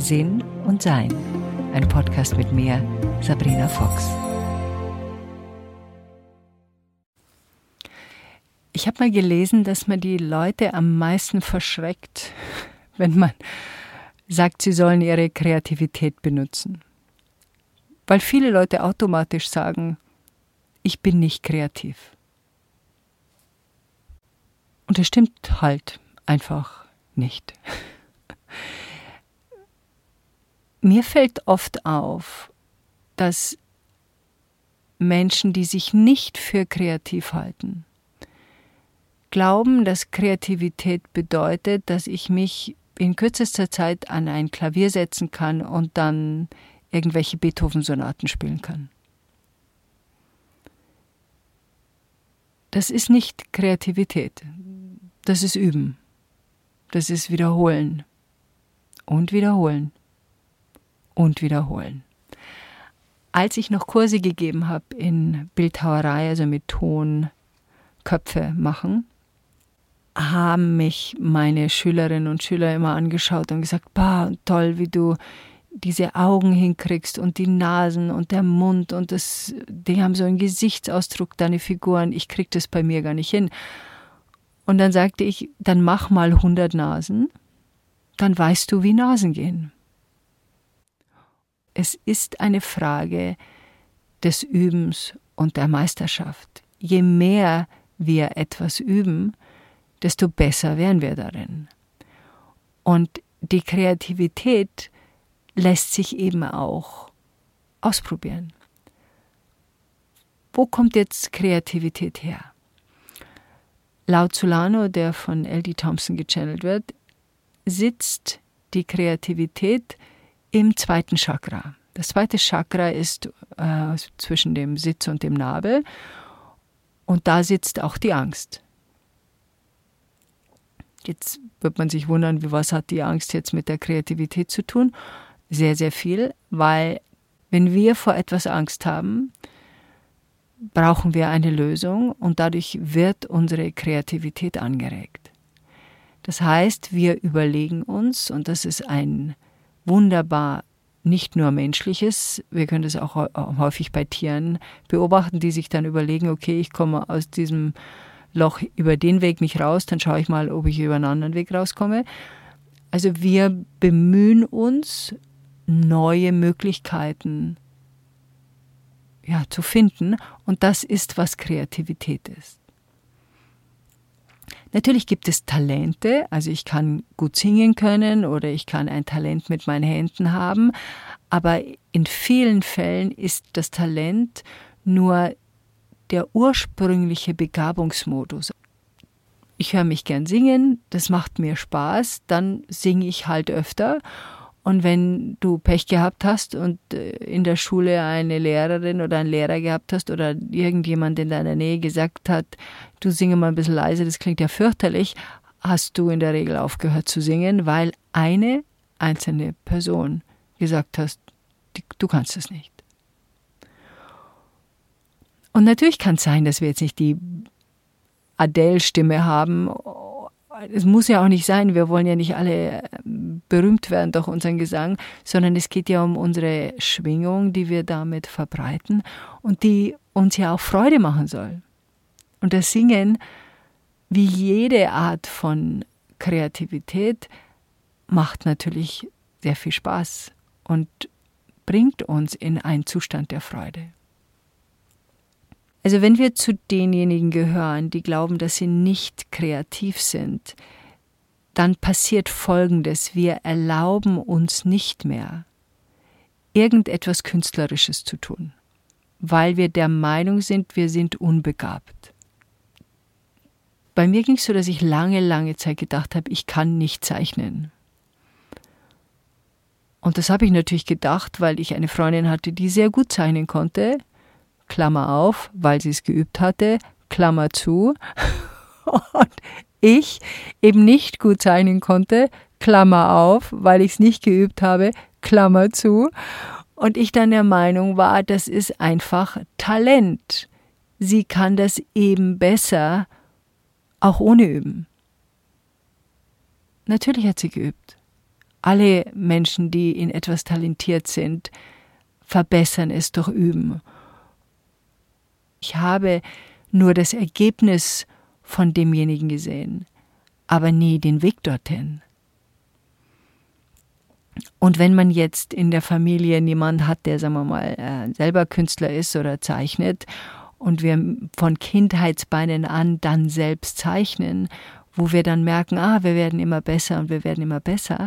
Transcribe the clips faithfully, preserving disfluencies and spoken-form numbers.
Sinn und Sein. Ein Podcast mit mir, Sabrina Fox. Ich habe mal gelesen, dass man die Leute am meisten verschreckt, wenn man sagt, sie sollen ihre Kreativität benutzen. Weil viele Leute automatisch sagen, ich bin nicht kreativ. Und das stimmt halt einfach nicht. Mir fällt oft auf, dass Menschen, die sich nicht für kreativ halten, glauben, dass Kreativität bedeutet, dass ich mich in kürzester Zeit an ein Klavier setzen kann und dann irgendwelche Beethoven-Sonaten spielen kann. Das ist nicht Kreativität. Das ist Üben. Das ist Wiederholen. Und Wiederholen. Und Wiederholen. Als ich noch Kurse gegeben habe in Bildhauerei, also mit Ton, Köpfe machen, haben mich meine Schülerinnen und Schüler immer angeschaut und gesagt, bah, toll, wie du diese Augen hinkriegst und die Nasen und der Mund und das, die haben so einen Gesichtsausdruck, deine Figuren, ich krieg das bei mir gar nicht hin. Und dann sagte ich, dann mach mal hundert Nasen, dann weißt du, wie Nasen gehen. Es ist eine Frage des Übens und der Meisterschaft. Je mehr wir etwas üben, desto besser werden wir darin. Und die Kreativität lässt sich eben auch ausprobieren. Wo kommt jetzt Kreativität her? Laut Solano, der von L D Thompson gechannelt wird, sitzt die Kreativität im zweiten Chakra. Das zweite Chakra ist äh, zwischen dem Sitz und dem Nabel und da sitzt auch die Angst. Jetzt wird man sich wundern, was hat die Angst jetzt mit der Kreativität zu tun? Sehr, sehr viel, weil wenn wir vor etwas Angst haben, brauchen wir eine Lösung und dadurch wird unsere Kreativität angeregt. Das heißt, wir überlegen uns, und das ist ein wunderbar nicht nur menschliches, wir können das auch häufig bei Tieren beobachten, die sich dann überlegen, okay, ich komme aus diesem Loch über den Weg nicht raus, dann schaue ich mal, ob ich über einen anderen Weg rauskomme. Also wir bemühen uns, neue Möglichkeiten ja, zu finden und das ist, was Kreativität ist. Natürlich gibt es Talente, also ich kann gut singen können oder ich kann ein Talent mit meinen Händen haben, aber in vielen Fällen ist das Talent nur der ursprüngliche Begabungsmodus. Ich höre mich gern singen, das macht mir Spaß, dann singe ich halt öfter. Und wenn du Pech gehabt hast und in der Schule eine Lehrerin oder einen Lehrer gehabt hast oder irgendjemand in deiner Nähe gesagt hat, du singe mal ein bisschen leise, das klingt ja fürchterlich, hast du in der Regel aufgehört zu singen, weil eine einzelne Person gesagt hat, du kannst es nicht. Und natürlich kann es sein, dass wir jetzt nicht die Adele-Stimme haben. Es muss ja auch nicht sein, wir wollen ja nicht alle berühmt werden durch unseren Gesang, sondern es geht ja um unsere Schwingung, die wir damit verbreiten und die uns ja auch Freude machen soll. Und das Singen, wie jede Art von Kreativität, macht natürlich sehr viel Spaß und bringt uns in einen Zustand der Freude. Also wenn wir zu denjenigen gehören, die glauben, dass sie nicht kreativ sind, dann passiert Folgendes: Wir erlauben uns nicht mehr, irgendetwas Künstlerisches zu tun, weil wir der Meinung sind, wir sind unbegabt. Bei mir ging es so, dass ich lange, lange Zeit gedacht habe, ich kann nicht zeichnen. Und das habe ich natürlich gedacht, weil ich eine Freundin hatte, die sehr gut zeichnen konnte, Klammer auf, weil sie es geübt hatte, Klammer zu. Und ich eben nicht gut zeichnen konnte, Klammer auf, weil ich es nicht geübt habe, Klammer zu. Und ich dann der Meinung war, das ist einfach Talent. Sie kann das eben besser, auch ohne Üben. Natürlich hat sie geübt. Alle Menschen, die in etwas talentiert sind, verbessern es durch Üben. Ich habe nur das Ergebnis von demjenigen gesehen, aber nie den Weg dorthin. Und wenn man jetzt in der Familie niemanden hat, der, sagen wir mal, selber Künstler ist oder zeichnet und wir von Kindheitsbeinen an dann selbst zeichnen, wo wir dann merken, ah, wir werden immer besser und wir werden immer besser,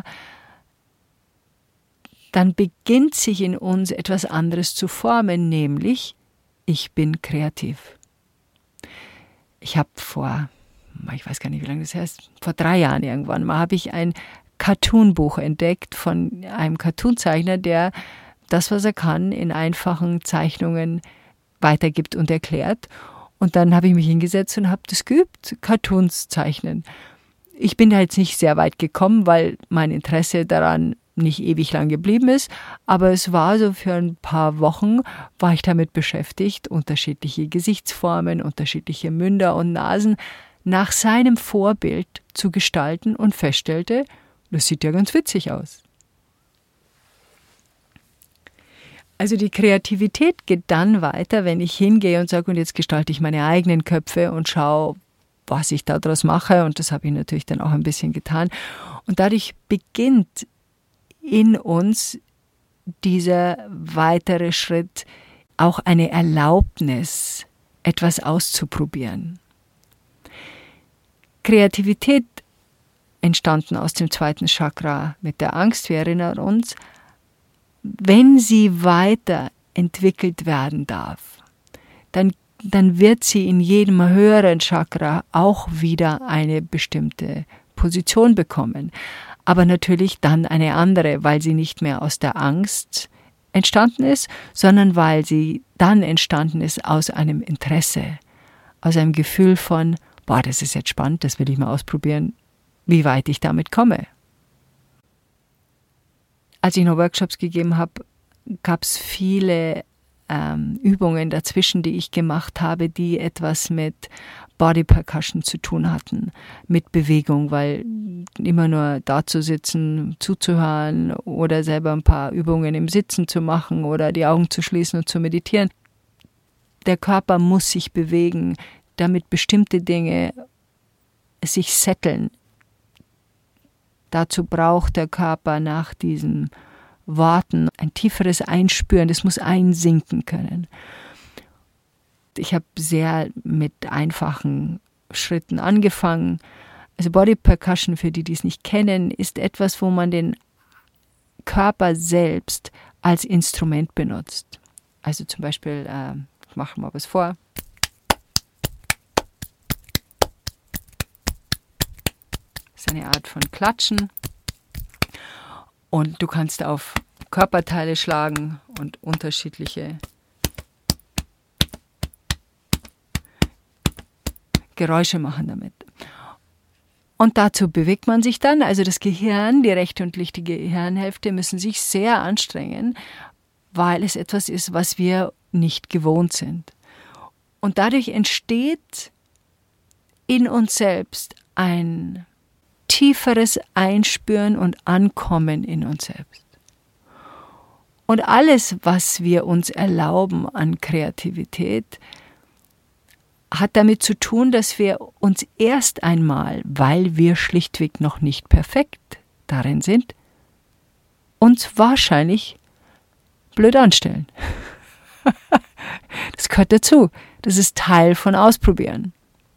dann beginnt sich in uns etwas anderes zu formen, nämlich ich bin kreativ. Ich habe vor, ich weiß gar nicht, wie lange das heißt, vor drei Jahren irgendwann mal, habe ich ein Cartoon-Buch entdeckt von einem Cartoonzeichner, der das, was er kann, in einfachen Zeichnungen weitergibt und erklärt. Und dann habe ich mich hingesetzt und habe das geübt, Cartoons zeichnen. Ich bin da jetzt nicht sehr weit gekommen, weil mein Interesse daran nicht ewig lang geblieben ist, aber es war so für ein paar Wochen, war ich damit beschäftigt, unterschiedliche Gesichtsformen, unterschiedliche Münder und Nasen nach seinem Vorbild zu gestalten und feststellte, das sieht ja ganz witzig aus. Also die Kreativität geht dann weiter, wenn ich hingehe und sage, und jetzt gestalte ich meine eigenen Köpfe und schaue, was ich daraus mache. Und das habe ich natürlich dann auch ein bisschen getan. Und dadurch beginnt in uns dieser weitere Schritt, auch eine Erlaubnis, etwas auszuprobieren. Kreativität entstanden aus dem zweiten Chakra mit der Angst, wir erinnern uns, wenn sie weiterentwickelt werden darf, dann, dann wird sie in jedem höheren Chakra auch wieder eine bestimmte Position bekommen. Aber natürlich dann eine andere, weil sie nicht mehr aus der Angst entstanden ist, sondern weil sie dann entstanden ist aus einem Interesse, aus einem Gefühl von, boah, das ist jetzt spannend, das will ich mal ausprobieren, wie weit ich damit komme. Als ich noch Workshops gegeben habe, gab es viele ähm, Übungen dazwischen, die ich gemacht habe, die etwas mit Body Percussion zu tun hatten, mit Bewegung, weil immer nur da zu sitzen, zuzuhören oder selber ein paar Übungen im Sitzen zu machen oder die Augen zu schließen und zu meditieren. Der Körper muss sich bewegen, damit bestimmte Dinge sich setteln. Dazu braucht der Körper nach diesen Worten ein tieferes Einspüren, das muss einsinken können. Ich habe sehr mit einfachen Schritten angefangen. Also Body Percussion, für die, die es nicht kennen, ist etwas, wo man den Körper selbst als Instrument benutzt. Also zum Beispiel, äh, ich mache mal was vor. Das ist eine Art von Klatschen. Und du kannst auf Körperteile schlagen und unterschiedliche Geräusche machen damit. Und dazu bewegt man sich dann, also das Gehirn, die rechte und linke Gehirnhälfte müssen sich sehr anstrengen, weil es etwas ist, was wir nicht gewohnt sind. Und dadurch entsteht in uns selbst ein tieferes Einspüren und Ankommen in uns selbst. Und alles, was wir uns erlauben an Kreativität, hat damit zu tun, dass wir uns erst einmal, weil wir schlichtweg noch nicht perfekt darin sind, uns wahrscheinlich blöd anstellen. Das gehört dazu. Das ist Teil von Ausprobieren.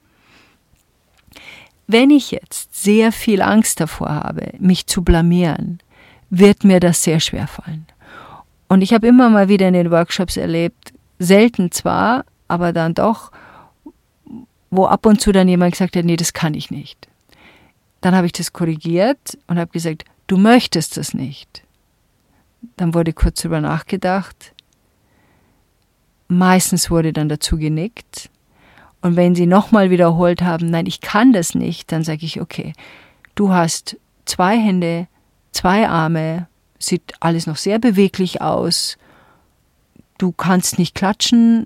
Wenn ich jetzt sehr viel Angst davor habe, mich zu blamieren, wird mir das sehr schwer fallen. Und ich habe immer mal wieder in den Workshops erlebt, selten zwar, aber dann doch, wo ab und zu dann jemand gesagt hat, nee, das kann ich nicht. Dann habe ich das korrigiert und habe gesagt, du möchtest das nicht. Dann wurde kurz drüber nachgedacht. Meistens wurde dann dazu genickt. Und wenn sie nochmal wiederholt haben, nein, ich kann das nicht, dann sage ich, okay, du hast zwei Hände, zwei Arme, sieht alles noch sehr beweglich aus, du kannst nicht klatschen,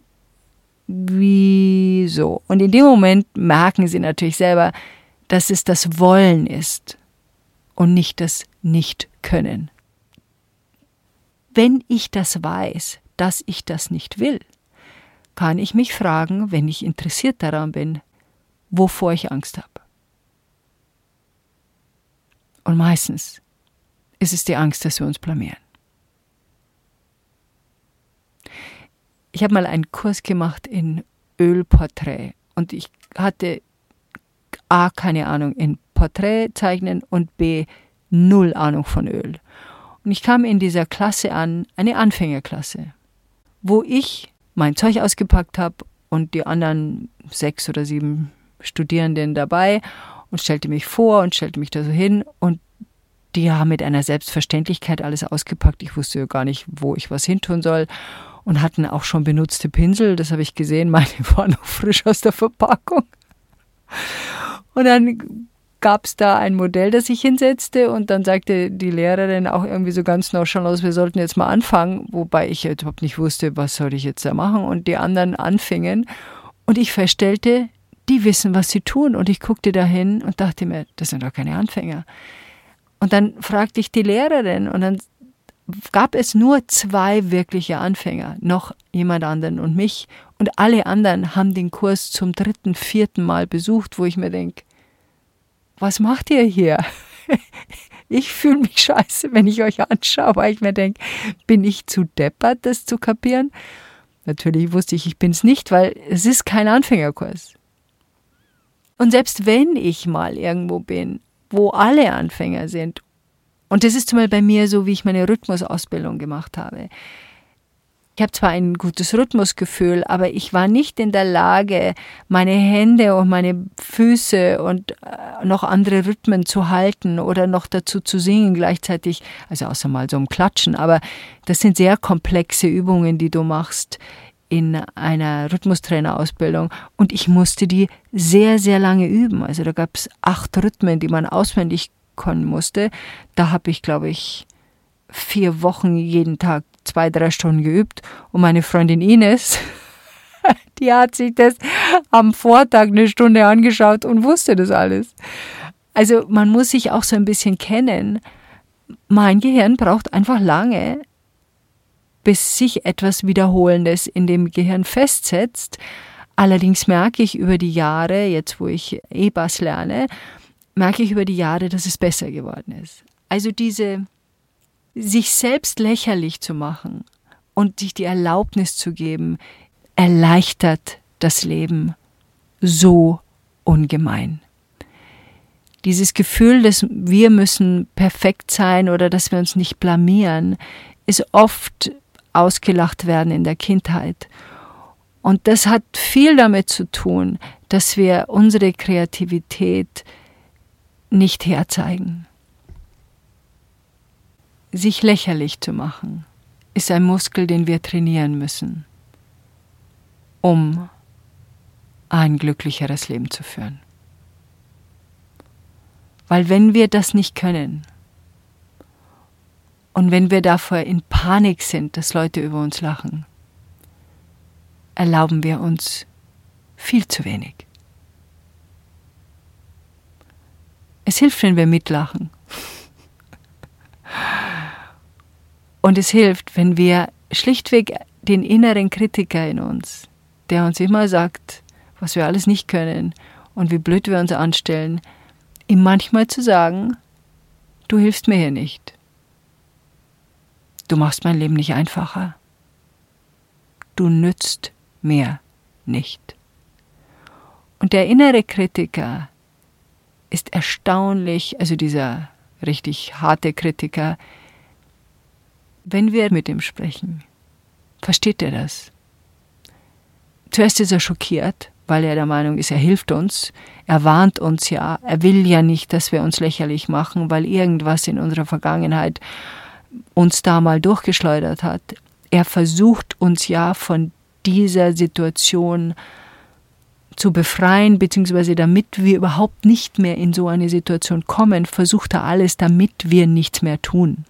wieso? Und in dem Moment merken sie natürlich selber, dass es das Wollen ist und nicht das Nicht-Können. Wenn ich das weiß, dass ich das nicht will, kann ich mich fragen, wenn ich interessiert daran bin, wovor ich Angst habe. Und meistens ist es die Angst, dass wir uns blamieren. Ich habe mal einen Kurs gemacht in Ölporträt und ich hatte A, keine Ahnung in Porträtzeichnen und B, null Ahnung von Öl. Und ich kam in dieser Klasse an, eine Anfängerklasse, wo ich mein Zeug ausgepackt habe und die anderen sechs oder sieben Studierenden dabei und stellte mich vor und stellte mich da so hin und die haben mit einer Selbstverständlichkeit alles ausgepackt. Ich wusste ja gar nicht, wo ich was hintun soll und hatten auch schon benutzte Pinsel. Das habe ich gesehen, meine waren noch frisch aus der Verpackung. Und dann gab es da ein Modell, das ich hinsetzte und dann sagte die Lehrerin auch irgendwie so ganz nonchalant, wir sollten jetzt mal anfangen, wobei ich überhaupt nicht wusste, was soll ich jetzt da machen und die anderen anfingen und ich feststellte, die wissen, was sie tun und ich guckte da hin und dachte mir, das sind doch keine Anfänger. Und dann fragte ich die Lehrerin und dann gab es nur zwei wirkliche Anfänger, noch jemand anderen und mich und alle anderen haben den Kurs zum dritten, vierten Mal besucht, wo ich mir denke, was macht ihr hier? Ich fühle mich scheiße, wenn ich euch anschaue, weil ich mir denke, bin ich zu deppert, das zu kapieren? Natürlich wusste ich, ich bin es nicht, weil es ist kein Anfängerkurs. Und selbst wenn ich mal irgendwo bin, wo alle Anfänger sind, und das ist zum Beispiel bei mir so, wie ich meine Rhythmusausbildung gemacht habe. Ich habe zwar ein gutes Rhythmusgefühl, aber ich war nicht in der Lage, meine Hände und meine Füße und noch andere Rhythmen zu halten oder noch dazu zu singen gleichzeitig, also außer mal so im Klatschen, aber das sind sehr komplexe Übungen, die du machst in einer Rhythmustrainerausbildung und ich musste die sehr, sehr lange üben. Also da gab es acht Rhythmen, die man auswendig können musste. Da habe ich, glaube ich, vier Wochen jeden Tag zwei, drei Stunden geübt und meine Freundin Ines, die hat sich das am Vortag eine Stunde angeschaut und wusste das alles. Also man muss sich auch so ein bisschen kennen. Mein Gehirn braucht einfach lange, bis sich etwas Wiederholendes in dem Gehirn festsetzt. Allerdings merke ich über die Jahre, jetzt wo ich E-Bass lerne, merke ich über die Jahre, dass es besser geworden ist. Also diese, sich selbst lächerlich zu machen und sich die Erlaubnis zu geben, erleichtert das Leben so ungemein. Dieses Gefühl, dass wir müssen perfekt sein oder dass wir uns nicht blamieren, ist oft ausgelacht werden in der Kindheit. Und das hat viel damit zu tun, dass wir unsere Kreativität nicht herzeigen. Sich lächerlich zu machen, ist ein Muskel, den wir trainieren müssen, um ein glücklicheres Leben zu führen. Weil wenn wir das nicht können und wenn wir davor in Panik sind, dass Leute über uns lachen, erlauben wir uns viel zu wenig. Es hilft, wenn wir mitlachen. Und es hilft, wenn wir schlichtweg den inneren Kritiker in uns, der uns immer sagt, was wir alles nicht können und wie blöd wir uns anstellen, ihm manchmal zu sagen, du hilfst mir hier nicht. Du machst mein Leben nicht einfacher. Du nützt mir nicht. Und der innere Kritiker ist erstaunlich, also dieser richtig harte Kritiker, wenn wir mit ihm sprechen, versteht er das. Zuerst ist er schockiert, weil er der Meinung ist, er hilft uns, er warnt uns ja, er will ja nicht, dass wir uns lächerlich machen, weil irgendwas in unserer Vergangenheit uns da mal durchgeschleudert hat. Er versucht uns ja von dieser Situation zu befreien, beziehungsweise damit wir überhaupt nicht mehr in so eine Situation kommen, versucht er alles, damit wir nichts mehr tun.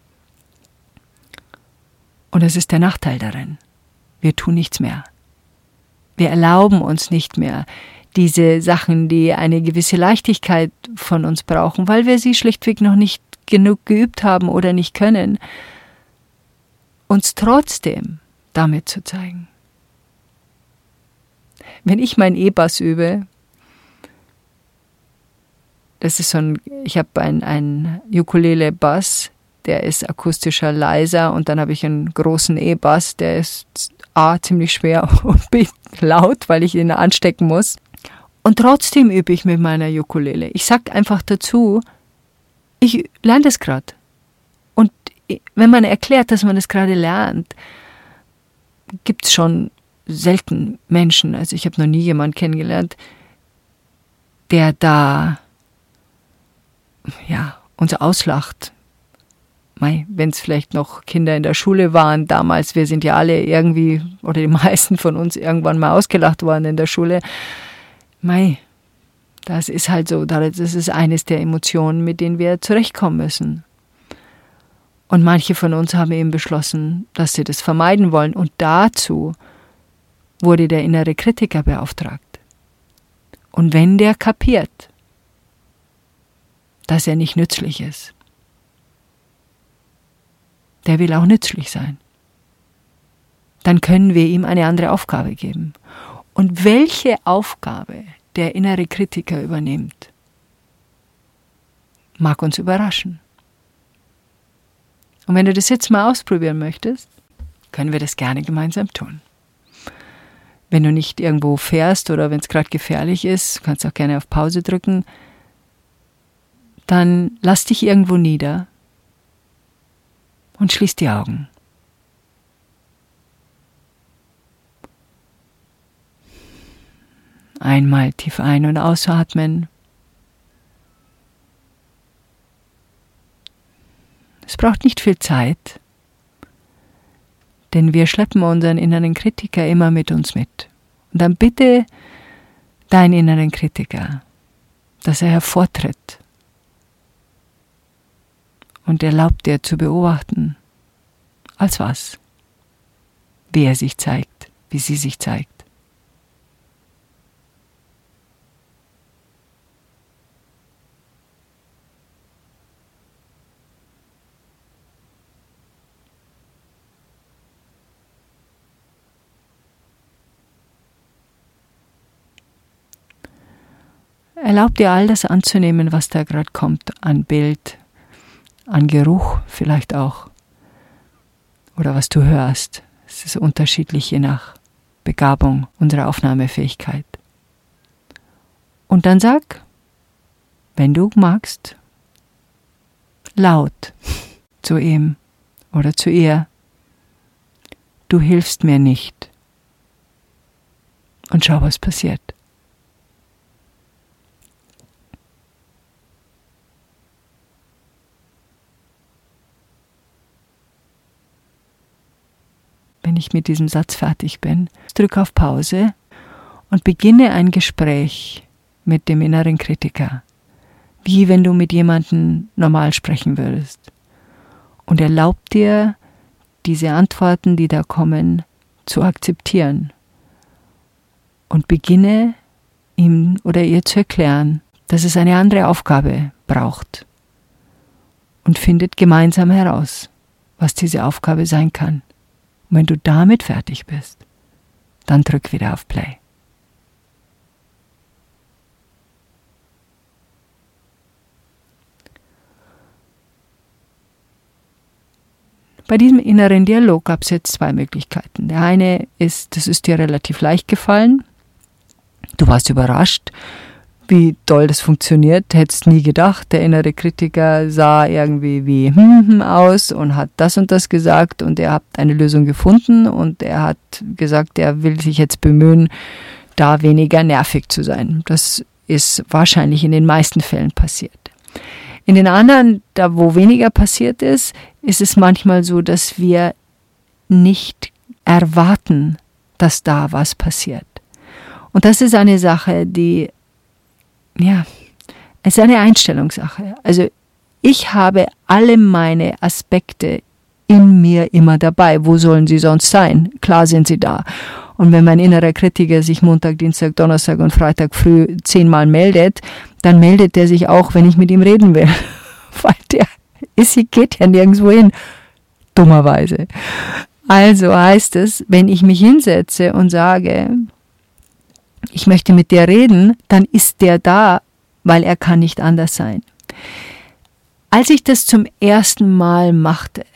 Und das ist der Nachteil darin. Wir tun nichts mehr. Wir erlauben uns nicht mehr, diese Sachen, die eine gewisse Leichtigkeit von uns brauchen, weil wir sie schlichtweg noch nicht genug geübt haben oder nicht können, uns trotzdem damit zu zeigen. Wenn ich mein E-Bass übe, das ist so ein, ich habe ein, ein Ukulele-Bass, der ist akustischer leiser, und dann habe ich einen großen E-Bass, der ist A, ziemlich schwer und B, laut, weil ich ihn anstecken muss. Und trotzdem übe ich mit meiner Ukulele. Ich sage einfach dazu, ich lerne das gerade. Und wenn man erklärt, dass man das gerade lernt, gibt es schon selten Menschen, also ich habe noch nie jemanden kennengelernt, der da ja, uns auslacht. Wenn es vielleicht noch Kinder in der Schule waren damals, wir sind ja alle irgendwie, oder die meisten von uns irgendwann mal ausgelacht worden in der Schule. Mei, das ist halt so, das ist eines der Emotionen, mit denen wir zurechtkommen müssen. Und manche von uns haben eben beschlossen, dass sie das vermeiden wollen. Und dazu wurde der innere Kritiker beauftragt. Und wenn der kapiert, dass er nicht nützlich ist, der will auch nützlich sein, dann können wir ihm eine andere Aufgabe geben. Und welche Aufgabe der innere Kritiker übernimmt, mag uns überraschen. Und wenn du das jetzt mal ausprobieren möchtest, können wir das gerne gemeinsam tun. Wenn du nicht irgendwo fährst oder wenn es gerade gefährlich ist, kannst du auch gerne auf Pause drücken, dann lass dich irgendwo nieder und schließ die Augen. Einmal tief ein- und ausatmen. Es braucht nicht viel Zeit, denn wir schleppen unseren inneren Kritiker immer mit uns mit. Und dann bitte deinen inneren Kritiker, dass er hervortritt und erlaubt dir zu beobachten, als was, wie er sich zeigt, wie sie sich zeigt. Erlaub dir all das anzunehmen, was da gerade kommt, an Bild, an Geruch vielleicht auch, oder was du hörst. Es ist unterschiedlich je nach Begabung unserer Aufnahmefähigkeit. Und dann sag, wenn du magst, laut zu ihm oder zu ihr, du hilfst mir nicht. Und schau, was passiert. Wenn ich mit diesem Satz fertig bin, drück auf Pause und beginne ein Gespräch mit dem inneren Kritiker, wie wenn du mit jemandem normal sprechen würdest. Und erlaub dir, diese Antworten, die da kommen, zu akzeptieren. Und beginne ihm oder ihr zu erklären, dass es eine andere Aufgabe braucht. Und findet gemeinsam heraus, was diese Aufgabe sein kann. Und wenn du damit fertig bist, dann drück wieder auf Play. Bei diesem inneren Dialog gab es jetzt zwei Möglichkeiten. Der eine ist, das ist dir relativ leicht gefallen. Du warst überrascht, wie toll das funktioniert. Hättest nie gedacht, der innere Kritiker sah irgendwie wie hm, hm aus und hat das und das gesagt und er hat eine Lösung gefunden und er hat gesagt, er will sich jetzt bemühen, da weniger nervig zu sein. Das ist wahrscheinlich in den meisten Fällen passiert. In den anderen, da wo weniger passiert ist, ist es manchmal so, dass wir nicht erwarten, dass da was passiert. Und das ist eine Sache, die Ja, es ist eine Einstellungssache. Also ich habe alle meine Aspekte in mir immer dabei. Wo sollen sie sonst sein? Klar sind sie da. Und wenn mein innerer Kritiker sich Montag, Dienstag, Donnerstag und Freitag früh zehnmal meldet, dann meldet der sich auch, wenn ich mit ihm reden will. Weil der ist, geht ja nirgendwo hin. Dummerweise. Also heißt es, wenn ich mich hinsetze und sage, ich möchte mit dir reden, dann ist der da, weil er kann nicht anders sein. Als ich das zum ersten Mal machte,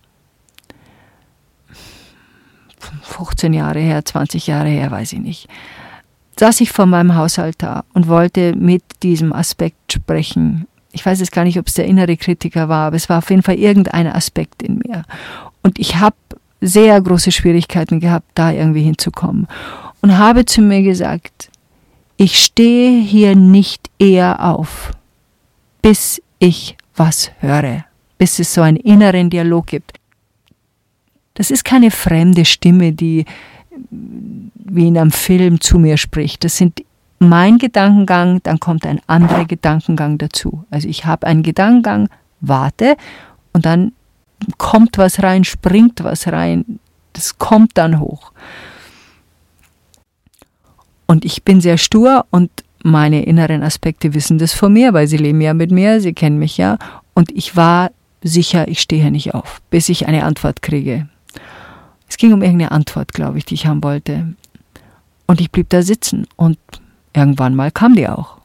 fünfzehn Jahre her, zwanzig Jahre her, weiß ich nicht, saß ich vor meinem Hausaltar und wollte mit diesem Aspekt sprechen. Ich weiß jetzt gar nicht, ob es der innere Kritiker war, aber es war auf jeden Fall irgendein Aspekt in mir. Und ich habe sehr große Schwierigkeiten gehabt, da irgendwie hinzukommen. Und habe zu mir gesagt, ich stehe hier nicht eher auf, bis ich was höre, bis es so einen inneren Dialog gibt. Das ist keine fremde Stimme, die wie in einem Film zu mir spricht. Das sind mein Gedankengang, dann kommt ein anderer Gedankengang dazu. Also ich habe einen Gedankengang, warte und dann kommt was rein, springt was rein, das kommt dann hoch. Und ich bin sehr stur und meine inneren Aspekte wissen das von mir, weil sie leben ja mit mir, sie kennen mich ja. Und ich war sicher, ich stehe hier nicht auf, bis ich eine Antwort kriege. Es ging um irgendeine Antwort, glaube ich, die ich haben wollte. Und ich blieb da sitzen und irgendwann mal kam die auch.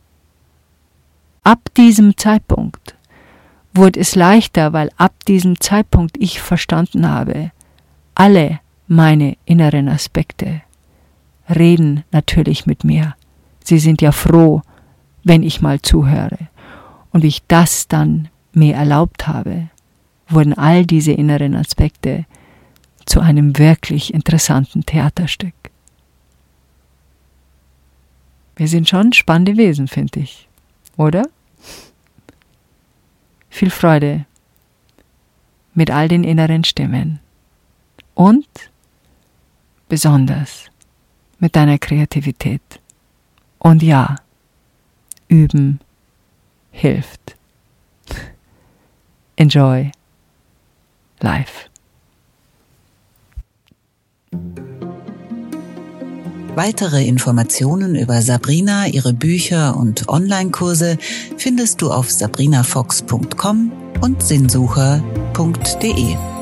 Ab diesem Zeitpunkt wurde es leichter, weil ab diesem Zeitpunkt ich verstanden habe, alle meine inneren Aspekte reden natürlich mit mir. Sie sind ja froh, wenn ich mal zuhöre. Und wie ich das dann mir erlaubt habe, wurden all diese inneren Aspekte zu einem wirklich interessanten Theaterstück. Wir sind schon spannende Wesen, finde ich. Oder? Viel Freude mit all den inneren Stimmen. Und besonders mit deiner Kreativität. Und ja, üben hilft. Enjoy life. Weitere Informationen über Sabrina, ihre Bücher und Online-Kurse findest du auf sabrina fox punkt com und sinnsucher punkt de.